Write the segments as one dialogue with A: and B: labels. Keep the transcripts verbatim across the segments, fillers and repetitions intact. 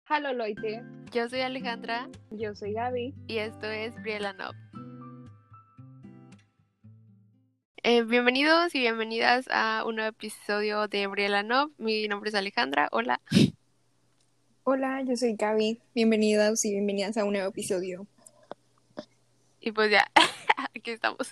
A: Halo Loite,
B: Yo soy Alejandra
A: yo soy Gaby.
B: y esto es Briela Nob. Eh, bienvenidos y bienvenidas a un nuevo episodio de Briela Nob. Mi nombre es Alejandra, hola.
A: Hola, yo soy Gaby. Bienvenidos y bienvenidas a un nuevo episodio.
B: Y pues ya, aquí estamos.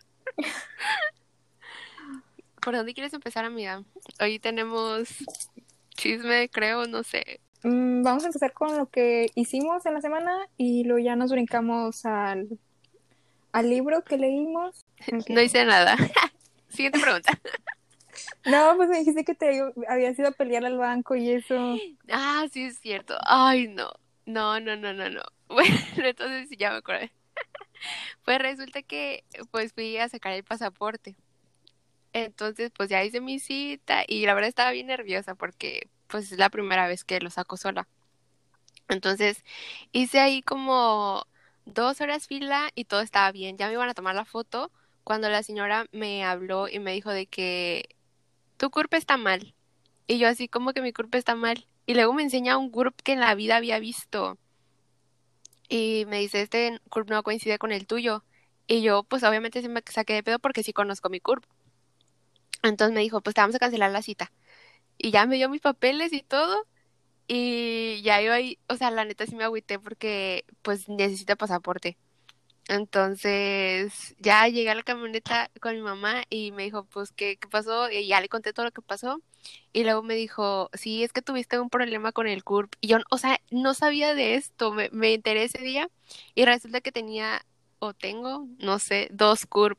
B: ¿Por dónde quieres empezar, amiga? Hoy tenemos chisme, creo, no sé.
A: Mm, vamos a empezar con lo que hicimos en la semana y luego ya nos brincamos al, al libro que leímos.
B: No
A: Ok.
B: hice nada. Siguiente pregunta.
A: No, pues me dijiste que te habías ido a pelear al banco y eso.
B: Ah, sí es cierto. Ay, no. No, no, no, no, no. Bueno, entonces sí, ya me acordé. Pues resulta que pues fui a sacar el pasaporte. Entonces, pues ya hice mi cita y la verdad estaba bien nerviosa porque pues es la primera vez que lo saco sola. Entonces, hice ahí como dos horas fila y todo estaba bien. Ya me iban a tomar la foto cuando la señora me habló y me dijo de que tu C U R P está mal. Y yo así como que mi C U R P está mal. Y luego me enseña un C U R P que en la vida había visto. Y me dice, este C U R P no coincide con el tuyo. Y yo, pues obviamente sí me saqué de pedo porque sí conozco mi C U R P. Entonces me dijo, pues te vamos a cancelar la cita. Y ya me dio mis papeles y todo. Y ya iba ahí, o sea, la neta sí me agüité porque pues necesita pasaporte. Entonces ya llegué a la camioneta con mi mamá y me dijo, pues, ¿qué, qué pasó? Y ya le conté todo lo que pasó. Y luego me dijo, sí, es que tuviste un problema con el C U R P. Y yo, o sea, no sabía de esto. Me, me enteré ese día y resulta que tenía, o tengo, no sé, dos C U R P.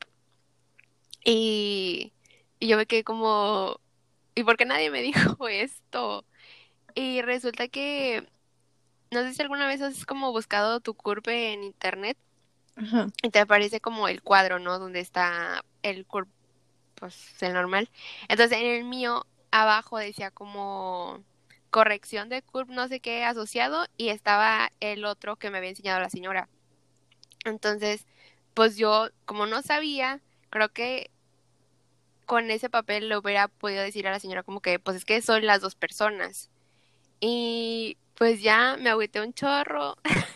B: Y, y yo me quedé como, ¿y por qué nadie me dijo esto? Y resulta que, no sé si alguna vez has como buscado tu C U R P en internet
A: Ajá.
B: y te aparece como el cuadro, ¿no? Donde está el C U R P, pues el normal. Entonces en el mío abajo decía como corrección de C U R P no sé qué asociado y estaba el otro que me había enseñado la señora. Entonces, pues yo como no sabía, creo que con ese papel le hubiera podido decir a la señora como que pues es que son las dos personas. Y pues ya me agüité un chorro.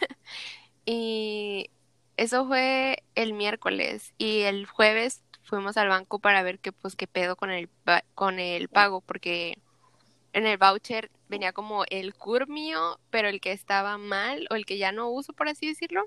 B: Y eso fue el miércoles. Y el jueves fuimos al banco para ver qué pues qué pedo con el pa- con el pago, porque en el voucher venía como el C U R mío, pero el que estaba mal, o el que ya no uso, por así decirlo.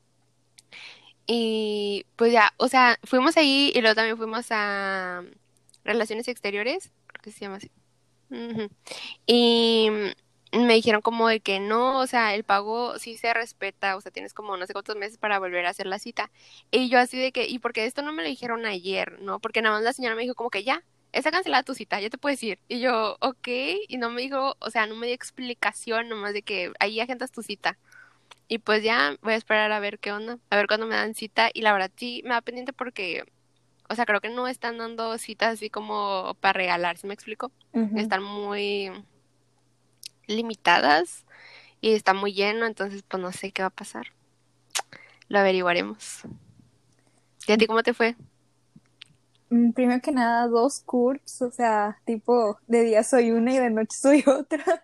B: Y pues ya, o sea, fuimos ahí y luego también fuimos a Relaciones Exteriores, creo que se llama así. Ujú. Y me dijeron como de que no, o sea, el pago sí se respeta, o sea, tienes como no sé cuántos meses para volver a hacer la cita. Y yo así de que, ¿y por qué esto no me lo dijeron ayer? ¿No? Porque nada más la señora me dijo como que ya, está cancelada tu cita, ya te puedes ir. Y yo, ok, y no me dijo, o sea, no me dio explicación nomás de que ahí agendas tu cita. Y pues ya voy a esperar a ver qué onda, a ver cuándo me dan cita. Y la verdad sí me da pendiente porque, o sea, creo que no están dando citas así como para regalar, ¿sí me explico?
A: Ujú.
B: Están muy limitadas y está muy lleno, entonces pues no sé qué va a pasar. Lo averiguaremos. ¿Y a ti cómo te fue?
A: Mm, Primero que nada, dos C U R Ps, o sea, tipo, de día soy una y de noche soy otra.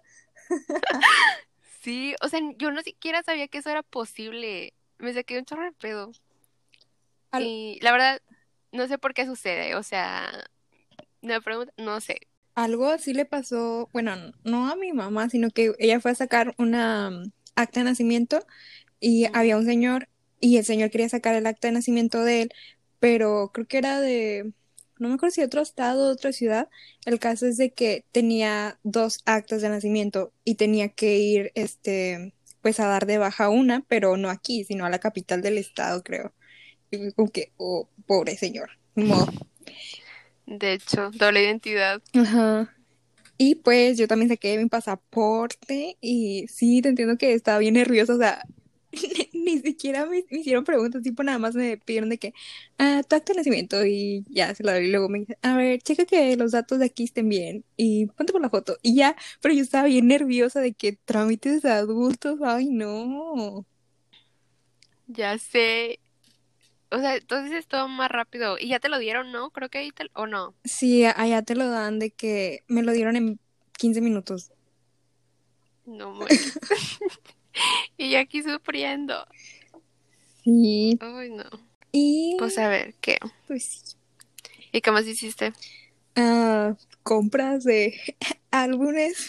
B: Sí, o sea, yo no siquiera sabía que eso era posible. Me saqué un chorro de pedo.
A: Al-
B: Y la verdad, no sé por qué sucede. O sea, no me pregunto, no sé.
A: Algo así le pasó, bueno, n- no a mi mamá, sino que ella fue a sacar una mm, acta de nacimiento y había
B: Ujú.
A: un señor y el señor quería sacar el acta de nacimiento de él, pero creo que era de, no me acuerdo si de otro estado, de otra ciudad. El caso es de que tenía dos actas de nacimiento y tenía que ir, este, pues a dar de baja una, pero no aquí, sino a la capital del estado, creo. Y como que, oh, pobre señor, ni modo.
B: De hecho, doble identidad.
A: Ajá. Y pues yo también saqué mi pasaporte y sí, te entiendo que estaba bien nerviosa, o sea, ni siquiera me, me hicieron preguntas, tipo nada más me pidieron de que, ah, tu acta de nacimiento y ya se la doy y luego me dice, a ver, checa que los datos de aquí estén bien y ponte por la foto y ya, pero yo estaba bien nerviosa de que trámites de adultos, ay no.
B: Ya sé. O sea, entonces es todo más rápido. Y ya te lo dieron, ¿no? Creo que ahí te... ¿O no?
A: Sí, allá te lo dan de que me lo dieron en quince minutos.
B: No manches. y aquí sufriendo.
A: Sí.
B: Uy, no.
A: Y
B: Pues a ver, ¿qué?
A: pues sí.
B: ¿Y qué más hiciste?
A: Ah, compras de álbumes.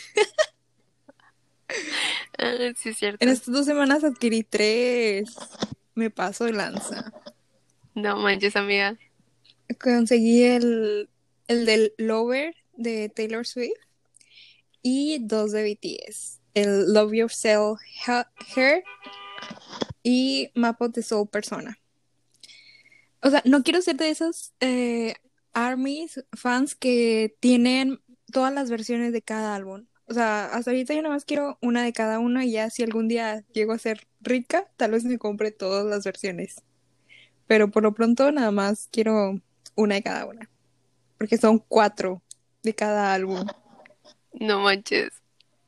B: Ah, sí, es
A: En
B: cierto.
A: estas dos semanas adquirí tres. Me paso de lanza.
B: No manches, amiga.
A: Conseguí el, el del Lover de Taylor Swift y dos de B T S. El Love Yourself Ha- Hair y Map of the Soul Persona. O sea, no quiero ser de esos eh, ARMYs fans que tienen todas las versiones de cada álbum. O sea, hasta ahorita yo nada más quiero una de cada uno y ya si algún día llego a ser rica, tal vez me compre todas las versiones. Pero por lo pronto nada más quiero una de cada una. Porque son cuatro de cada álbum.
B: No manches.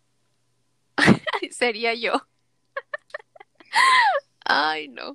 B: Sería yo. Ay, no.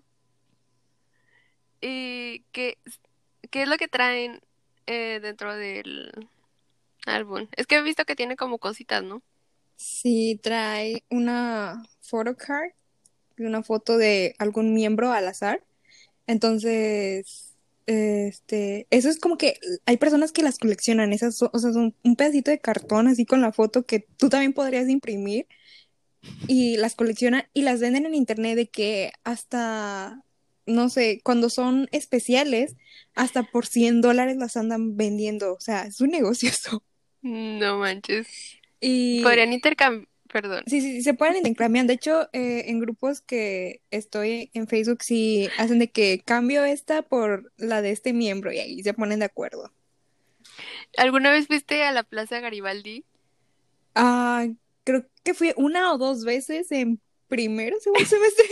B: ¿Y qué, qué es lo que traen eh, dentro del álbum? Es que he visto que tiene como cositas, ¿no?
A: Sí, trae una photocard, una foto de algún miembro al azar. Entonces, este, eso es como que hay personas que las coleccionan, esas, son- o sea, son un pedacito de cartón así con la foto que tú también podrías imprimir y las coleccionan y las venden en internet de que hasta, no sé, cuando son especiales, hasta por cien dólares las andan vendiendo, o sea, es un negocio eso.
B: No manches.
A: Y
B: Podrían intercambiar, perdón.
A: sí, sí, sí, se pueden intercambiar. De hecho, eh, en grupos que estoy en Facebook, sí hacen de que cambio esta por la de este miembro y ahí se ponen de acuerdo.
B: ¿Alguna vez fuiste a la Plaza Garibaldi?
A: Ah, creo que fui una o dos veces en primero, segundo semestre.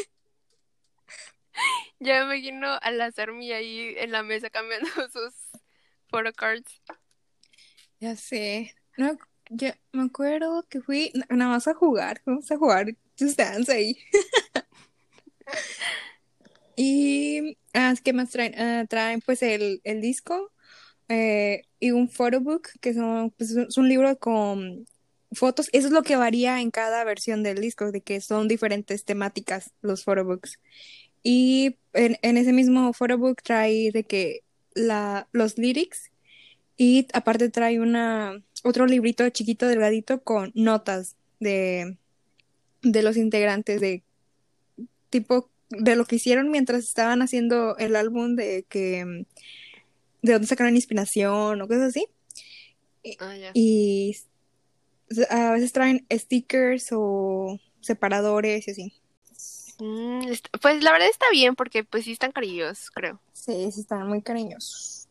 B: Ya me imagino al Lazarmi ahí en la mesa cambiando sus photocards.
A: Ya sé. No, ya me acuerdo que fui na- nada más a jugar, vamos a jugar Just Dance ahí. Y, ah, ¿qué más traen? Ah, traen pues el, el disco eh, y un photobook, que son, pues, es un libro con fotos. Eso es lo que varía en cada versión del disco, de que son diferentes temáticas los photobooks. Y en, en ese mismo photobook trae de que la, los lyrics y aparte trae una, otro librito chiquito, delgadito, con notas de, de los integrantes, de tipo de lo que hicieron mientras estaban haciendo el álbum, de que de dónde sacaron inspiración o cosas así. Y,
B: Ah, ya.
A: y a veces traen stickers o separadores y así.
B: Mm, est- pues la verdad está bien porque pues sí están carillos, creo.
A: Sí, sí, están muy cariñosos.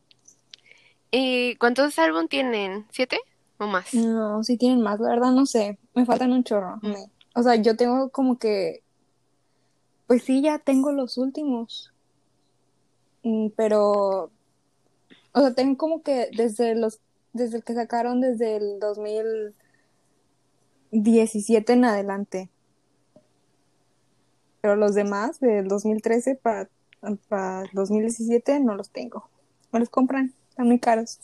B: ¿Y cuántos álbum tienen? ¿Siete o más?
A: No, si tienen más, la verdad no sé. Me faltan un chorro.
B: Mm.
A: Me- O sea, yo tengo como que, pues sí, ya tengo los últimos. Mm, pero, o sea, tengo como que desde los, desde el que sacaron desde el dos mil diecisiete en adelante. Pero los demás, del dos mil trece para, para dos mil diecisiete, no los tengo. Me los compran, están muy caros.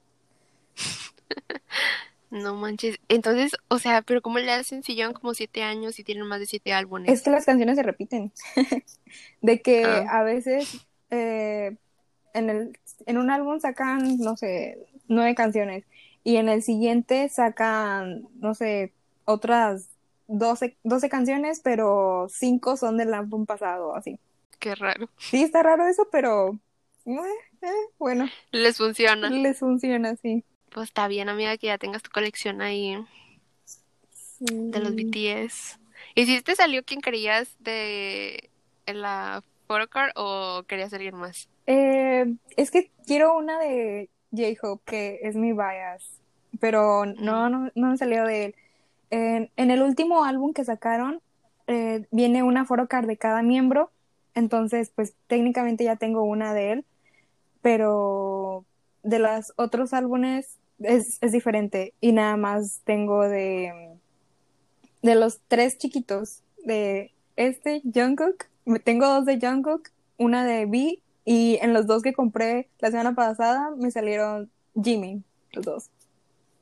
B: No manches. Entonces, o sea, pero ¿cómo le hacen si llevan como siete años y tienen más de siete
A: Es que
B: álbumes?
A: las canciones se repiten. De que
B: Ah,
A: a veces eh, en el, en un álbum sacan, no sé, nueve canciones y en el siguiente sacan, no sé, otras doce doce canciones, pero cinco son del álbum pasado, así.
B: qué raro.
A: Sí, está raro eso, pero eh, eh, bueno,
B: Les funciona.
A: les funciona así.
B: Pues está bien, amiga, que ya tengas tu colección ahí de los
A: Sí.
B: B T S. ¿Y si te salió quien querías de en la photocard o querías alguien más?
A: Eh, es que quiero una de J-Hope, que es mi bias, pero
B: Mm,
A: no, no, no me salió de él. En, en el último álbum que sacaron, eh, viene una photocard de cada miembro, entonces pues técnicamente ya tengo una de él, pero de los otros álbumes es, es diferente y nada más tengo de, de los tres chiquitos, de este Jungkook, me- tengo dos de Jungkook, una de V y en los dos que compré la semana pasada me salieron Jimin, los dos.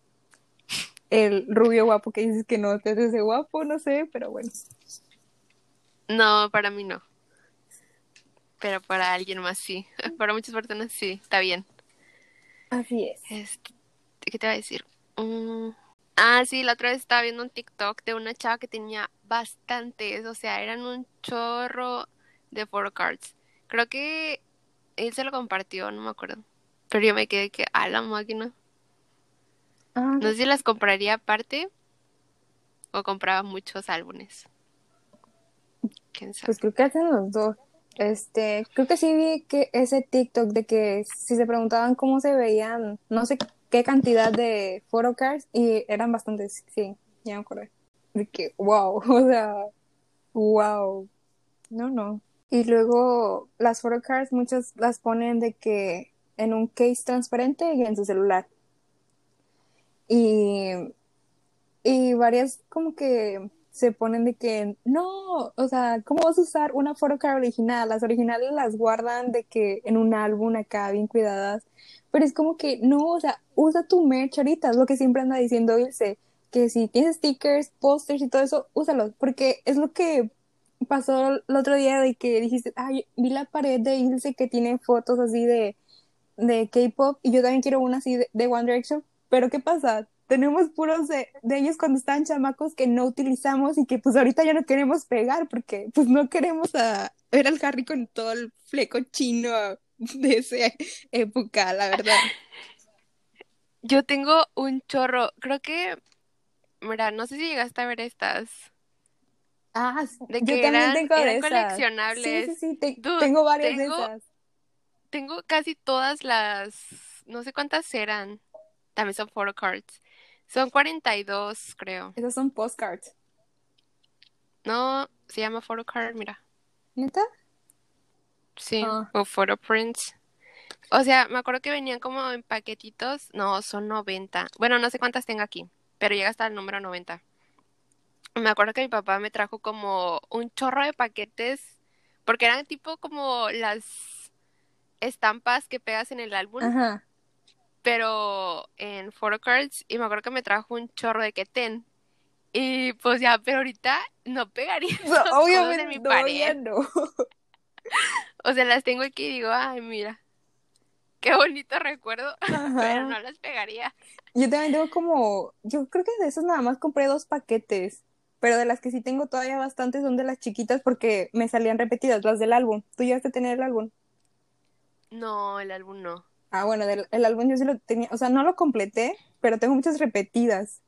A: El rubio guapo que dices que no te hace guapo, no sé, pero bueno.
B: No, para mí no. Pero para alguien más sí. Para muchas personas sí, está bien.
A: Así es.
B: Este, ¿qué te va a decir? Mm, Ah, sí, la otra vez estaba viendo un TikTok de una chava que tenía bastantes, o sea, eran un chorro de photocards. Creo que él se lo compartió, no me acuerdo. Pero yo me quedé que, a la máquina.
A: Ah,
B: No sé si las compraría aparte o compraba muchos álbumes. ¿Quién sabe?
A: pues creo que hacen los dos. Este, creo que sí vi que ese TikTok de que si se preguntaban cómo se veían, no sé qué cantidad de photocards y eran bastantes, sí, ya me acordé. De que, wow, o sea, wow. No, no. Y luego las photocards muchas las ponen de que en un case transparente y en su celular. Y, y varias como que se ponen de que no, o sea, ¿cómo vas a usar una photocard original? Las originales las guardan de que en un álbum acá bien cuidadas. Pero es como que no, o sea, usa tu merch ahorita, es lo que siempre anda diciendo Ilse, que si tienes stickers, pósters y todo eso, úsalos, porque es lo que pasó el otro día de que dijiste, ay, vi la pared de Ilse que tiene fotos así de, de K-pop y yo también quiero una así de, de One Direction, pero ¿qué pasa? Tenemos puros de, de ellos cuando estaban chamacos que no utilizamos y que pues ahorita ya no queremos pegar porque pues no queremos a ver al Harry con todo el fleco chino de esa época, la verdad.
B: Yo tengo un chorro, creo que, mira, no sé si llegaste a ver estas,
A: Ah,
B: de
A: yo
B: que
A: también
B: eran,
A: tengo de
B: eran
A: esas. Sí, sí,
B: coleccionables.
A: sí, te-
B: Dude,
A: tengo varias de
B: tengo,
A: esas.
B: tengo casi todas las, no sé cuántas eran. También son photocards. Son cuarenta y dos, creo.
A: Esas son postcards.
B: No, se llama photocard, mira.
A: ¿Neta?
B: Sí,
A: Ah,
B: o photoprints. O sea, me acuerdo que venían como en paquetitos. No, son noventa. Bueno, no sé cuántas tengo aquí, pero llega hasta el número noventa. Me acuerdo que mi papá me trajo como un chorro de paquetes, porque eran tipo como las estampas que pegas en el álbum,
A: ajá.
B: pero en photocards. Y me acuerdo que me trajo un chorro de que ten. Y pues ya, pero ahorita no pegaría
A: No,
B: esas cosas en mi
A: obviamente, no, ya
B: pared.
A: no.
B: O sea, las tengo aquí y digo, ay, mira, qué bonito recuerdo, pero
A: Ajá.
B: no las pegaría.
A: Yo también tengo como, yo creo que de esos nada más compré dos paquetes, pero de las que sí tengo todavía bastantes son de las chiquitas porque me salían repetidas, las del álbum. ¿Tú llegaste a tener el álbum?
B: No, el álbum no.
A: Ah, bueno, del, el álbum yo sí lo tenía, o sea, no lo completé, pero tengo muchas repetidas.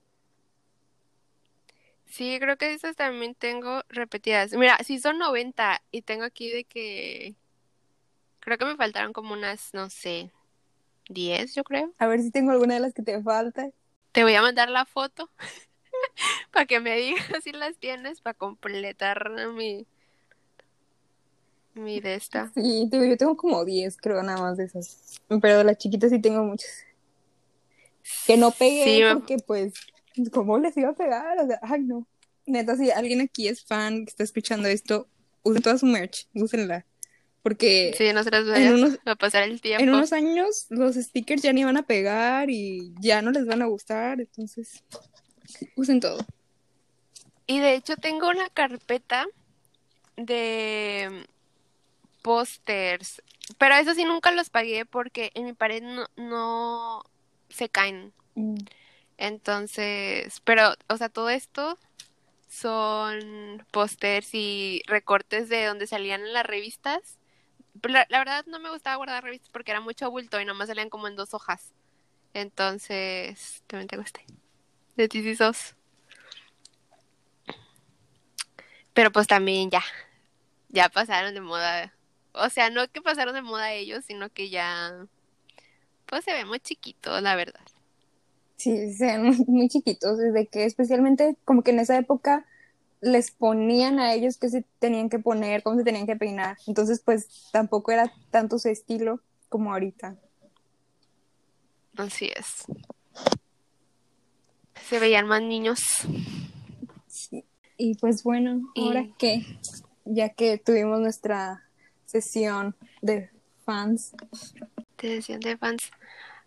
B: Sí, creo que esas también tengo repetidas. Mira, sí son noventa y tengo aquí de que creo que me faltaron como unas, no sé, diez, yo creo.
A: A ver si tengo alguna de las que te falta.
B: Te voy a mandar la foto para que me digas si las tienes para completar mi, mi de esta.
A: Sí, digo, yo tengo como diez, creo, nada más de esas. Pero de las chiquitas sí tengo muchas. Que no
B: Sí,
A: pegué
B: me-
A: porque, pues, ¿cómo les iba a pegar? O sea, ay, no. Neta, si alguien aquí es fan que está escuchando esto, use toda su merch, úsenla. Porque
B: sí, no se las voy
A: en
B: a,
A: unos,
B: a pasar el
A: en
B: tiempo.
A: unos años los stickers ya ni van a pegar y ya no les van a gustar, entonces usen todo.
B: Y de hecho tengo una carpeta de pósters, pero eso sí nunca los pagué porque en mi pared no, no se caen.
A: Mm.
B: Entonces, pero, o sea, todo esto son pósters y recortes de donde salían en las revistas. Pero La, la verdad no me gustaba guardar revistas porque era mucho bulto y nomás salían como en dos hojas. Entonces, también te guste. De This Is Us. Pero pues también ya, ya pasaron de moda. O sea, no que pasaron de moda ellos, sino que ya, pues se ve muy chiquito, la verdad.
A: Sí, sean muy, muy chiquitos, desde que especialmente como que en esa época les ponían a ellos qué se tenían que poner, cómo se tenían que peinar. Entonces, pues tampoco era tanto su estilo como ahorita.
B: Así es. Se veían más niños.
A: Sí. Y pues bueno, ahora
B: Y
A: que ya que tuvimos nuestra sesión de fans,
B: te decían de fans.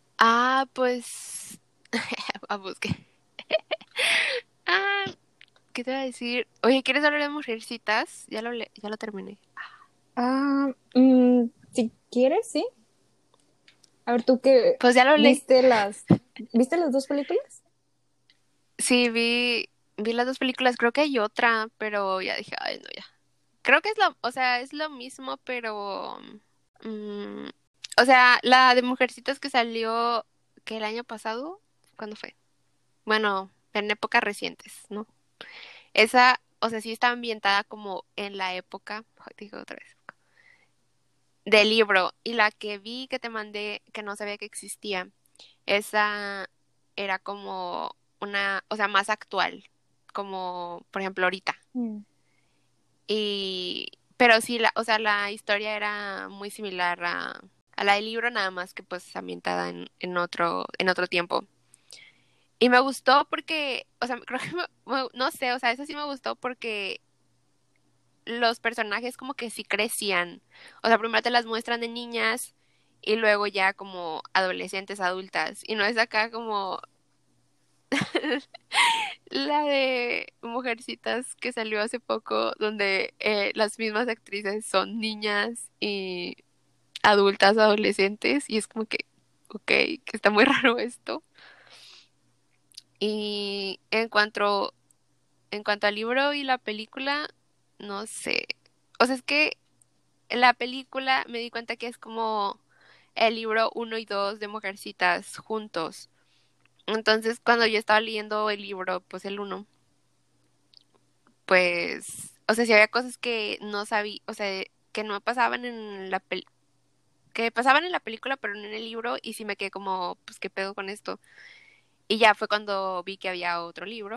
B: Ah, pues. A busque. Ah, ¿Qué te iba a decir? Oye, ¿quieres hablar de Mujercitas? Ya lo, le- ya lo terminé.
A: Ah, mm, si quieres, sí. A ver, ¿tú qué
B: Pues ya lo leí.
A: viste las, viste las dos películas?
B: Sí, vi, vi las dos películas. Creo que hay otra, pero ya dije, ay, no, ya. Creo que es lo, o sea, es lo mismo, pero, mm, o sea, la de Mujercitas que salió, que el año pasado, ¿cuándo fue? Bueno, en épocas recientes, ¿no? Esa, o sea, sí está ambientada como en la época, ay, digo otra vez, del libro. Y la que vi que te mandé, que no sabía que existía, esa era como una, o sea, más actual, como, por ejemplo, ahorita.
A: Mm.
B: Y, pero sí, la, o sea, la historia era muy similar a, a la del libro, nada más que pues ambientada en, en otro, en otro tiempo. Y me gustó porque, o sea, creo que me- me- no sé, o sea, eso sí me gustó porque los personajes como que sí crecían. O sea, primero te las muestran de niñas y luego ya como adolescentes, adultas. Y no es acá como la de Mujercitas que salió hace poco, donde eh, las mismas actrices son niñas y adultas, adolescentes, y es como que, ok, que está muy raro esto. Y en cuanto, en cuanto al libro y la película, no sé. O sea, es que la película me di cuenta que es como el libro uno y dos de Mujercitas juntos. Entonces, cuando yo estaba leyendo el libro, pues el uno, pues, o sea, si había cosas que no sabía, o sea, que no pasaban en la pel que pasaban en la película, pero no en el libro, y sí me quedé como, pues, ¿qué pedo con esto? Y ya fue cuando vi que había otro libro.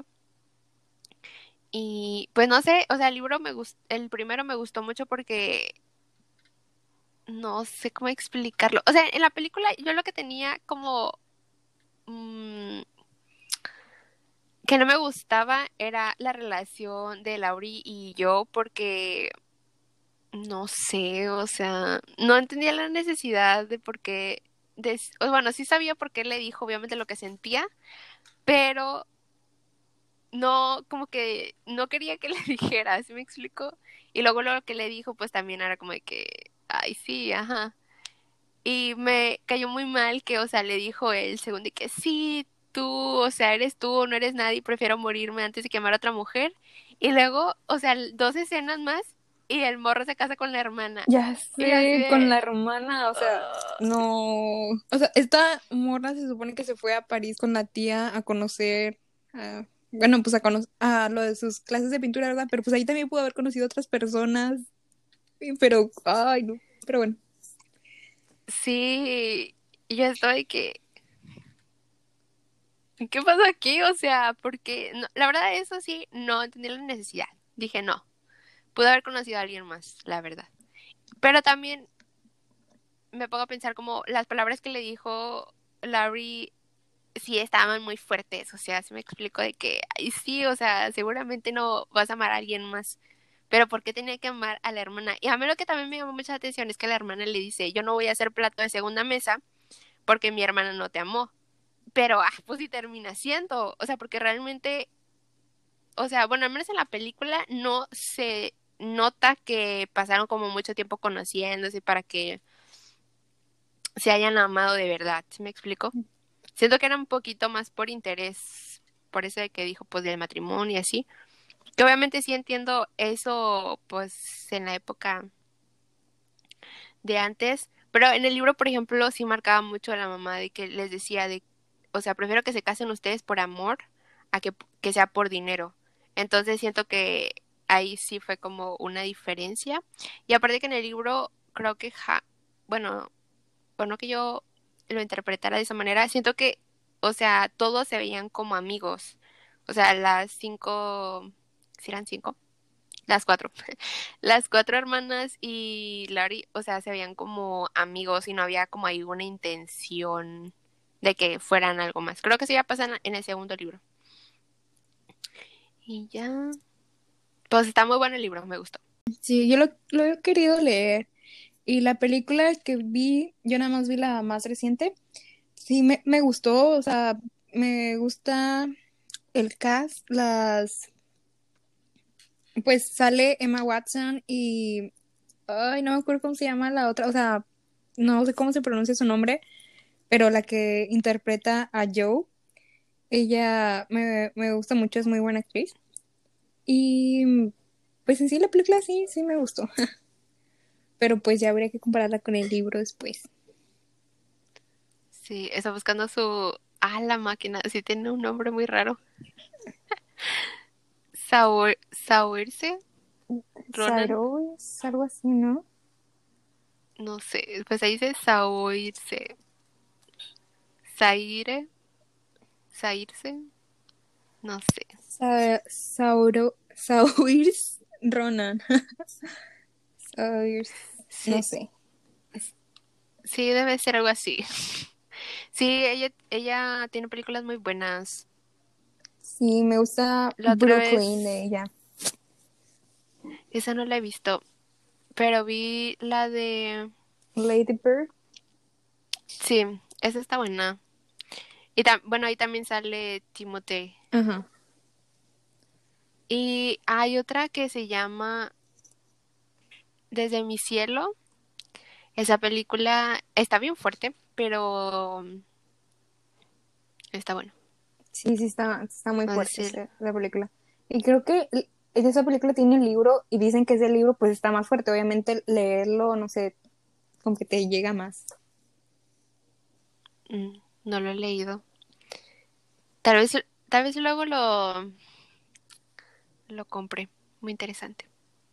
B: Y pues no sé, o sea, el libro me gustó, el primero me gustó mucho porque no sé cómo explicarlo. O sea, en la película yo lo que tenía como mm, que no me gustaba era la relación de Laurie y yo porque no sé, o sea, no entendía la necesidad de por qué, de, o bueno, sí sabía por qué le dijo obviamente lo que sentía, pero no, como que no quería que le dijera, ¿sí me explico? Y luego lo que le dijo, pues también era como de que, ay, sí, ajá. Y me cayó muy mal que, o sea, le dijo él, según de que sí, tú, o sea, eres tú, no eres nadie, prefiero morirme antes de quemar a otra mujer. Y luego, o sea, dos escenas más y el morro se casa con la hermana.
A: Ya
B: Y yo así
A: sé, con
B: de...
A: la hermana, o sea,
B: "Ah".
A: no. O sea, esta morra se supone que se fue a París con la tía a conocer, a- bueno, pues a conocer a lo de sus clases de pintura, ¿verdad? Pero pues ahí también pudo haber conocido otras personas, y- pero, ay, no. Pero bueno,
B: Sí, y yo estoy que, ¿qué pasó aquí? O sea, porque no- la verdad eso sí, no entendí la necesidad. Dije, no, pude haber conocido a alguien más, la verdad. Pero también me pongo a pensar como las palabras que le dijo Larry sí estaban muy fuertes, o sea, se me explico de que, ay, sí, o sea, seguramente no vas a amar a alguien más, pero ¿por qué tenía que amar a la hermana? Y a mí lo que también me llamó mucha atención es que la hermana le dice, yo no voy a hacer plato de segunda mesa porque mi hermana no te amó, pero, ah, pues sí termina siendo, o sea, porque realmente, o sea, bueno, al menos en la película no se nota que pasaron como mucho tiempo conociéndose para que se hayan amado de verdad, ¿sí me explico? Siento que era un poquito más por interés, por eso de que dijo pues del matrimonio y así. Que obviamente sí entiendo eso pues en la época de antes, pero en el libro, por ejemplo, sí marcaba mucho a la mamá de que les decía de, o sea, prefiero que se casen ustedes por amor a que, que sea por dinero. Entonces siento que ahí sí fue como una diferencia. Y aparte que en el libro creo que, ja, bueno, por no que yo lo interpretara de esa manera, siento que, o sea, todos se veían como amigos. O sea, las cinco, ¿sí eran cinco? Las cuatro. Las cuatro hermanas y Larry, o sea, se veían como amigos y no había como ahí una intención de que fueran algo más. Creo que eso ya pasa en en el segundo libro. Y ya, pues está muy bueno el libro, me gustó.
A: sí, yo lo, lo he querido leer. Y la película que vi, yo nada más vi la más reciente, sí me, me gustó, o sea, me gusta el cast, las Pues sale Emma Watson y... Ay, no me acuerdo cómo se llama la otra, o sea, no sé cómo se pronuncia su nombre, pero la que interpreta a Joe, ella me, me gusta mucho, es muy buena actriz. Y pues en sí la película sí, sí me gustó, pero pues ya habría que compararla con el libro después.
B: Sí, está buscando su... Ah, la máquina, sí tiene un nombre muy raro. Saur... Saoirse, Ronan,
A: Saoirse, algo así, ¿no?
B: no sé, pues ahí dice Saoirse. Zaire, Zairse, no sé.
A: Sa Sauro, Saoirse Ronan. Saoirse, no
B: Sí,
A: sé.
B: sí, debe ser algo así. Sí, ella, ella tiene películas muy buenas.
A: Sí, me gusta
B: La otra
A: Brooklyn de
B: vez,
A: ella.
B: esa no la he visto, pero vi la de...
A: Lady Bird.
B: Sí, esa está buena. Y tam- bueno, ahí también sale Timothée.
A: Ajá.
B: Y hay otra que se llama Desde mi cielo. Esa película está bien fuerte, pero está bueno.
A: Sí, sí está, está muy
B: No sé
A: fuerte
B: si...
A: esa, la película. Y creo que l- esa película tiene el libro y dicen que ese libro pues está más fuerte. Obviamente leerlo, no sé, como que te llega más.
B: mm, no lo he leído. Tal vez, tal vez luego lo, lo compré. Muy interesante.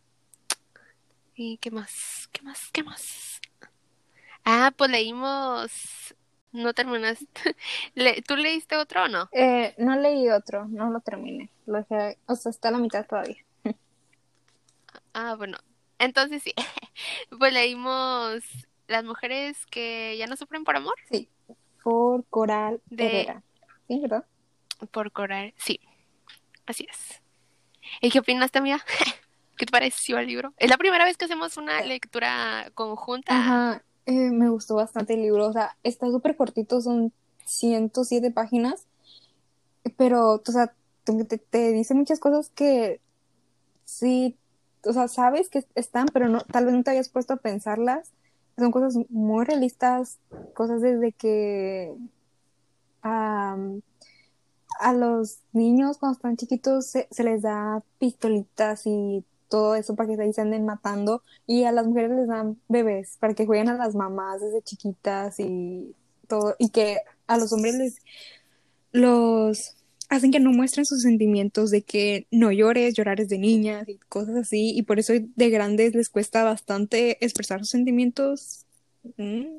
B: ¿Y qué más? ¿Qué más? ¿Qué más? Ah, pues leímos. No terminaste. Le- ¿Tú leíste otro o no?
A: Eh, no leí otro, no lo terminé. Lo dejé, o sea, está a la mitad todavía.
B: Ah, bueno. Entonces sí. Pues leímos Las mujeres que ya no sufren por amor.
A: Sí, por Coral
B: De
A: Herrera. Sí, ¿verdad?
B: por Coral. Sí, así es. ¿Y qué opinaste, amiga? ¿Qué te pareció el libro? Es la primera vez que hacemos una
A: Eh,
B: lectura conjunta.
A: Ajá, eh, me gustó bastante el libro. O sea, está súper cortito, son ciento siete páginas, pero, o sea, te, te te dice muchas cosas que sí, o sea, sabes que están, pero no, tal vez no te habías puesto a pensarlas. Son cosas muy realistas, cosas desde que am, a los niños cuando están chiquitos se, se les da pistolitas y todo eso para que ahí se anden matando, y a las mujeres les dan bebés para que jueguen a las mamás desde chiquitas y todo, y que a los hombres les los hacen que no muestren sus sentimientos, de que no llores, llorar es de niñas y cosas así, y por eso de grandes les cuesta bastante expresar sus sentimientos. Mm,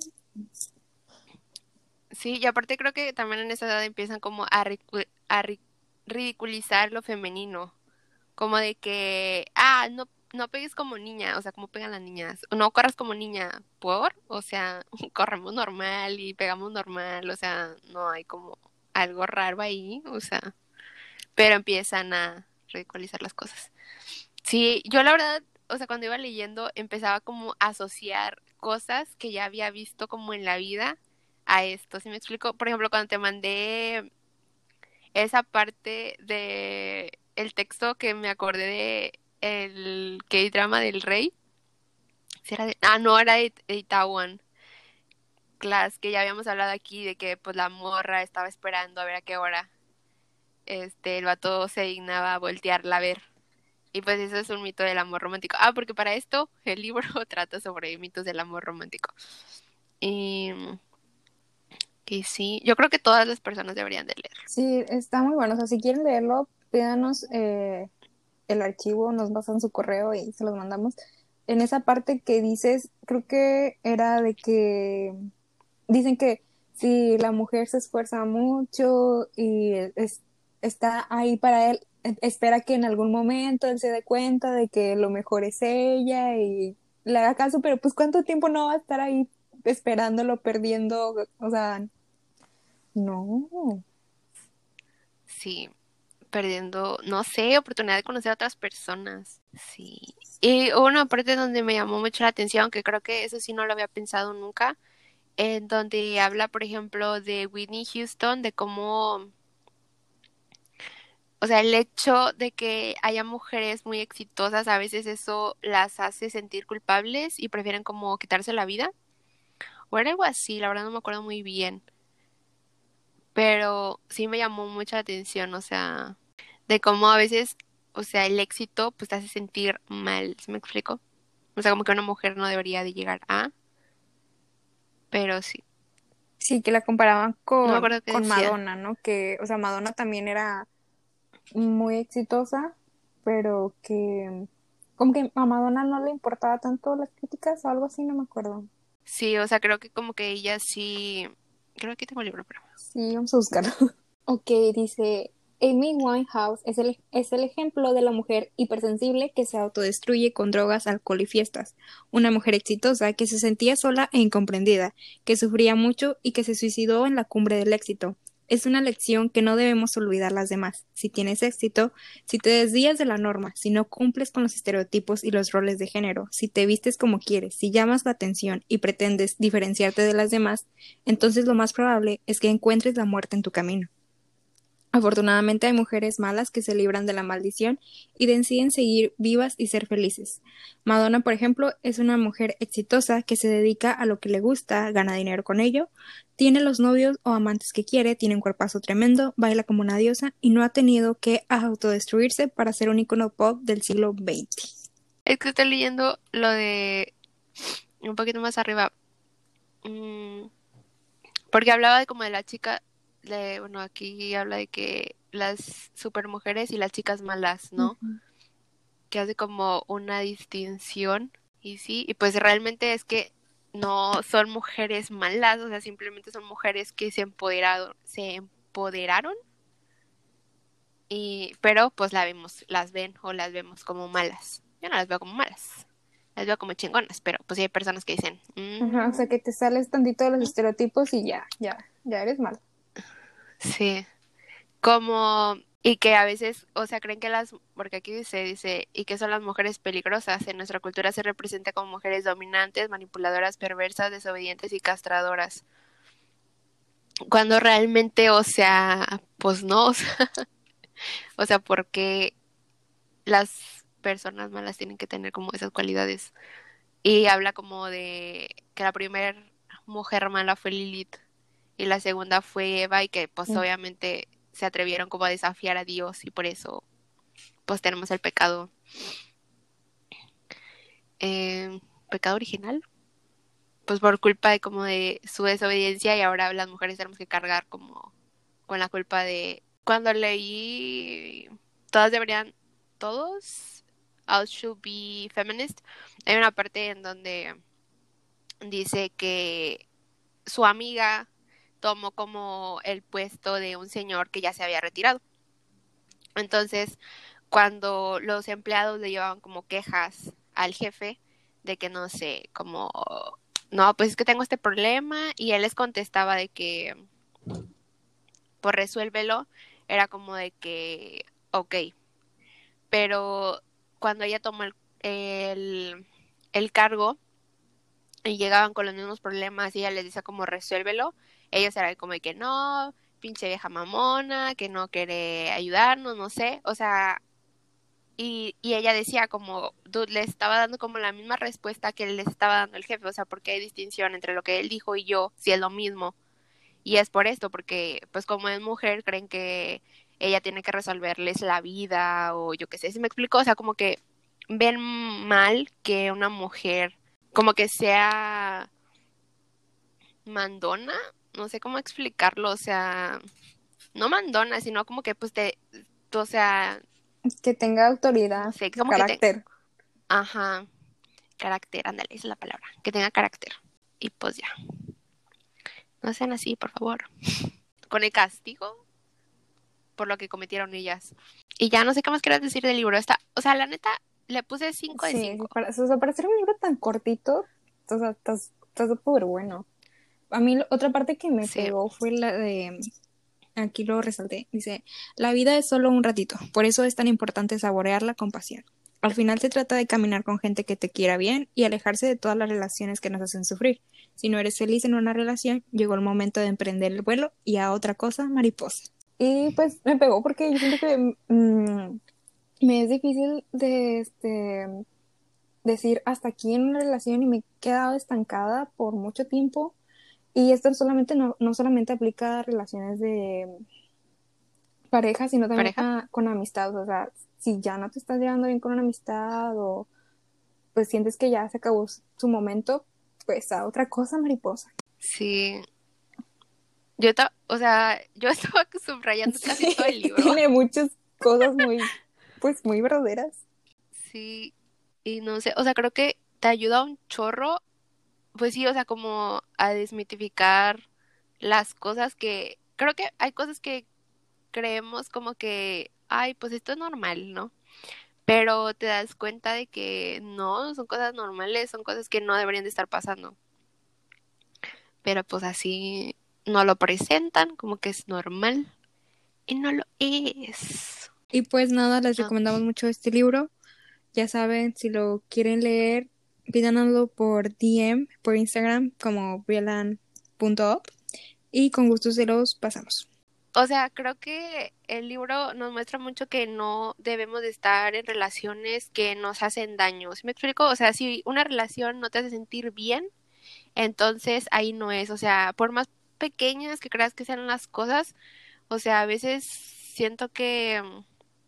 B: Sí, y aparte creo que también en esa edad empiezan como a, ricu- a ri- ridiculizar lo femenino. Como de que, ah, no, no pegues como niña, o sea, como pegan las niñas. O no corras como niña, ¿por? O sea, corremos normal y pegamos normal, o sea, no hay como algo raro ahí, o sea, pero empiezan a ridiculizar las cosas. Sí, yo la verdad, o sea, cuando iba leyendo empezaba como a asociar cosas que ya había visto como en la vida a esto. ¿Sí me explico? Por ejemplo, cuando te mandé esa parte de el texto que me acordé de el K-drama del rey. ¿Sí era de- ah, no, era de, de Itaewon Class, que ya habíamos hablado aquí de que pues la morra estaba esperando a ver a qué hora este el vato se dignaba a voltearla a ver. Y pues eso es un mito del amor romántico. Ah, porque para esto el libro trata sobre mitos del amor romántico. Y, y sí, yo creo que todas las personas deberían de leerlo.
A: sí, está muy bueno. O sea, si quieren leerlo, pídanos eh, el archivo, nos pasan su correo y se los mandamos. En esa parte que dices, creo que era de que dicen que si la mujer se esfuerza mucho y es- está ahí para él, e- espera que en algún momento él se dé cuenta de que lo mejor es ella y le haga caso, pero pues cuánto tiempo no va a estar ahí esperándolo, perdiendo, o sea, no.
B: Sí, perdiendo, no sé, oportunidad de conocer a otras personas. Sí. Y una parte donde me llamó mucho la atención, que creo que eso sí no lo había pensado nunca, en donde habla, por ejemplo, de Whitney Houston, de cómo, O sea, el hecho de que haya mujeres muy exitosas, a veces eso las hace sentir culpables y prefieren como quitarse la vida. O era algo así, la verdad no me acuerdo muy bien. Pero sí me llamó mucha atención, o sea, de cómo a veces, o sea, el éxito pues te hace sentir mal, ¿sí me explico? O sea, como que una mujer no debería de llegar a, pero sí.
A: Sí, que la comparaban
B: No me
A: con,
B: acuerdo qué
A: con
B: decía.
A: Madonna, ¿no? Que, o sea, Madonna también era muy exitosa, pero que como que a Madonna no le importaba tanto las críticas o algo así, no me acuerdo.
B: Sí, o sea, creo que como que ella sí... Creo que aquí tengo el libro, pero...
A: Sí, vamos a buscarlo. Ok, dice, Amy Winehouse es el, es el ejemplo de la mujer hipersensible que se autodestruye con drogas, alcohol y fiestas. Una mujer exitosa que se sentía sola e incomprendida, que sufría mucho y que se suicidó en la cumbre del éxito. Es una lección que no debemos olvidar las demás. Si tienes éxito, si te desvías de la norma, si no cumples con los estereotipos y los roles de género, si te vistes como quieres, si llamas la atención y pretendes diferenciarte de las demás, entonces lo más probable es que encuentres la muerte en tu camino. Afortunadamente hay mujeres malas que se libran de la maldición y deciden seguir vivas y ser felices. Madonna, por ejemplo, es una mujer exitosa que se dedica a lo que le gusta, gana dinero con ello, tiene los novios o amantes que quiere, tiene un cuerpazo tremendo, baila como una diosa y no ha tenido que autodestruirse para ser un icono pop del siglo veinte.
B: Es que estoy leyendo lo de... Un poquito más arriba. Mm, porque hablaba de como de la chica... De, bueno, aquí habla de que las supermujeres y las chicas malas, ¿no?
A: Ujú.
B: Que hace como una distinción. Y sí, y pues realmente es que no son mujeres malas, o sea, simplemente son mujeres que se empoderaron, se empoderaron y pero pues la vemos, las ven o las vemos como malas. Yo no las veo como malas, las veo como chingonas, pero pues sí hay personas que dicen,
A: Ajá, o sea
B: "Mm,
A: que te sales tantito de los
B: mm,
A: estereotipos y ya, ya, ya eres malo.
B: sí, como y que a veces, o sea, creen que las, porque aquí dice, dice, y que son las mujeres peligrosas. En nuestra cultura se representa como mujeres dominantes, manipuladoras, perversas, desobedientes y castradoras. Cuando realmente, o sea, pues no, o sea, o sea, porque las personas malas tienen que tener como esas cualidades. Y habla como de que la primera mujer mala fue Lilith y la segunda fue Eva y que pues
A: Mm.
B: obviamente se atrevieron como a desafiar a Dios y por eso pues tenemos el pecado, eh, pecado original, pues por culpa de como de su desobediencia y ahora las mujeres tenemos que cargar como con la culpa de cuando leí todas deberían, todos, all should be feminist, hay una parte en donde dice que su amiga tomó como el puesto de un señor que ya se había retirado. Entonces, cuando los empleados le llevaban como quejas al jefe de que no sé, como, no, pues es que tengo este problema y él les contestaba de que, pues resuélvelo, era como de que, ok, pero cuando ella tomó el, el, el cargo, y llegaban con los mismos problemas y ella les decía como resuélvelo, ellos eran como de que no, pinche vieja mamona, que no quiere ayudarnos, no sé, o sea, y, y ella decía como, dude, le estaba dando como la misma respuesta que les estaba dando el jefe, o sea, porque hay distinción entre lo que él dijo y yo, si es lo mismo, y es por esto, porque pues como es mujer creen que ella tiene que resolverles la vida o yo qué sé, ¿si me explico? O sea, como que ven mal que una mujer como que sea mandona, no sé cómo explicarlo, o sea, no mandona, sino como que pues te, o sea,
A: Que tenga
B: no
A: autoridad,
B: sé, como que te,
A: carácter.
B: ajá, carácter, ándale, esa es la palabra, que tenga carácter. Y pues ya, no sean así, por favor. Con el castigo por lo que cometieron ellas. Y ya no sé qué más quieras decir del libro. Está, o sea, la neta, le puse cinco de
A: Sí, sí,
B: cinco.
A: para, o sea, para hacer un libro tan cortito, o sea, está está súper bueno. A mí lo- otra parte que me
B: Sí,
A: pegó fue la de, aquí lo resalté, dice, la vida es solo un ratito, por eso es tan importante saborearla con pasión. Al final se trata de caminar con gente que te quiera bien y alejarse de todas las relaciones que nos hacen sufrir. Si no eres feliz en una relación, llegó el momento de emprender el vuelo y a otra cosa, mariposa. Y pues me pegó porque yo siento que mm, me es difícil de este, decir hasta aquí en una relación y me he quedado estancada por mucho tiempo. Y esto solamente no, no solamente aplica a relaciones de pareja, sino también
B: ¿Pareja?
A: a, con amistad. O sea, si ya no te estás llevando bien con una amistad o pues sientes que ya se acabó su momento, pues a otra cosa, mariposa.
B: Sí. Yo, ta- o sea, yo estaba subrayando casi
A: Sí,
B: todo el
A: es que
B: libro.
A: tiene muchas cosas muy, pues muy verdaderas.
B: Sí, y no sé, o sea, creo que te ayuda un chorro, pues sí, o sea, como a desmitificar las cosas que, creo que hay cosas que creemos como que, ay, pues esto es normal, ¿no? Pero te das cuenta de que no, son cosas normales, son cosas que no deberían de estar pasando. Pero pues así no lo presentan como que es normal y no lo es.
A: Y pues nada, les
B: No.
A: recomendamos mucho este libro. Ya saben, si lo quieren leer, pídanoslo por D M, por Instagram, como brielan punto op y con gusto se los pasamos.
B: O sea, creo que el libro nos muestra mucho que no debemos de estar en relaciones que nos hacen daño. ¿Sí me explico? O sea, si una relación no te hace sentir bien, entonces ahí no es. O sea, por más pequeñas que creas que sean las cosas, o sea, a veces siento que mm,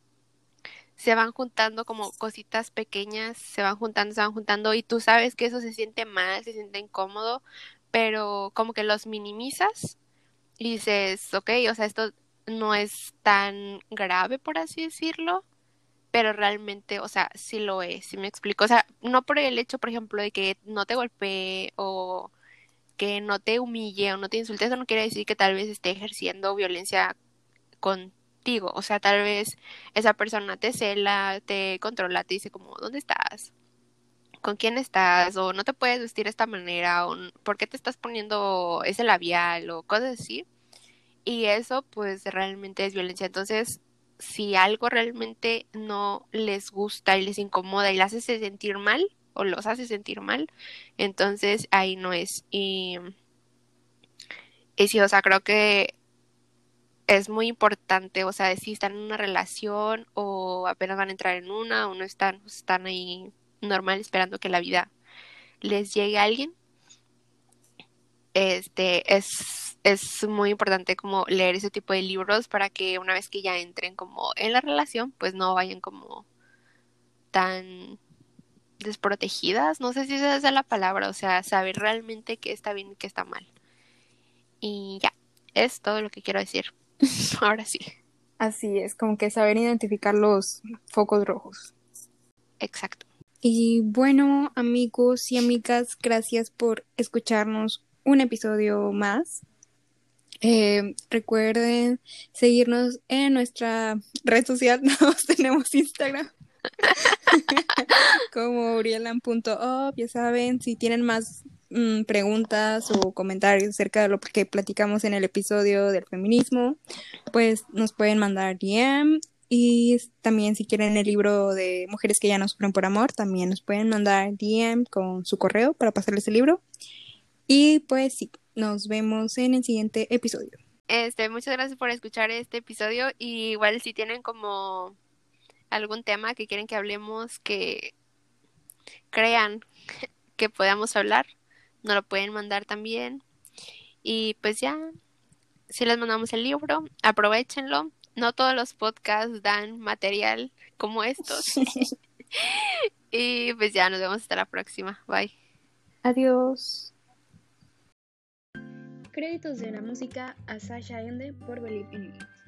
B: se van juntando como cositas pequeñas, se van juntando, se van juntando y tú sabes que eso se siente mal, se siente incómodo, pero como que los minimizas y dices, ok, o sea, esto no es tan grave, por así decirlo, pero realmente, o sea, sí lo es, ¿sí me explico? O sea, no por el hecho, por ejemplo, de que no te golpee o que no te humille o no te insulte, eso no quiere decir que tal vez esté ejerciendo violencia contigo, o sea, tal vez esa persona te cela, te controla, te dice como, ¿dónde estás? ¿Con quién estás? O no te puedes vestir de esta manera, o ¿por qué te estás poniendo ese labial? O cosas así. Y eso pues realmente es violencia. Entonces, si algo realmente no les gusta y les incomoda y les hace sentir mal o los hace sentir mal, entonces ahí no es. Y, y sí, o sea, creo que es muy importante, o sea, si están en una relación o apenas van a entrar en una o no están, pues, están ahí normal esperando que la vida les llegue a alguien, este es, es muy importante como leer ese tipo de libros para que una vez que ya entren como en la relación, pues no vayan como tan desprotegidas, no sé si esa es la palabra, o sea, saber realmente qué está bien y qué está mal. Y ya, es todo lo que quiero decir. Ahora sí,
A: Así es, como que saber identificar los focos rojos.
B: exacto.
A: Y bueno, amigos y amigas, gracias por escucharnos un episodio más. Eh, recuerden seguirnos en nuestra red social, todos tenemos Instagram como brielan punto op. Ya saben, si tienen más mm, preguntas o comentarios acerca de lo que platicamos en el episodio del feminismo, pues nos pueden mandar D M. Y también si quieren el libro de Mujeres que ya no sufren por amor, también nos pueden mandar D M con su correo para pasarles el libro. Y pues sí, nos vemos en el siguiente episodio.
B: Este, muchas gracias por escuchar este episodio y igual si tienen como algún tema que quieren que hablemos que crean que podamos hablar, nos lo pueden mandar también. Y pues ya, si les mandamos el libro, aprovechenlo. No todos los podcasts dan material como estos. Y pues ya, nos vemos hasta la próxima. Bye.
A: Adiós. Créditos de la música a Sasha Ende por Believe in Me.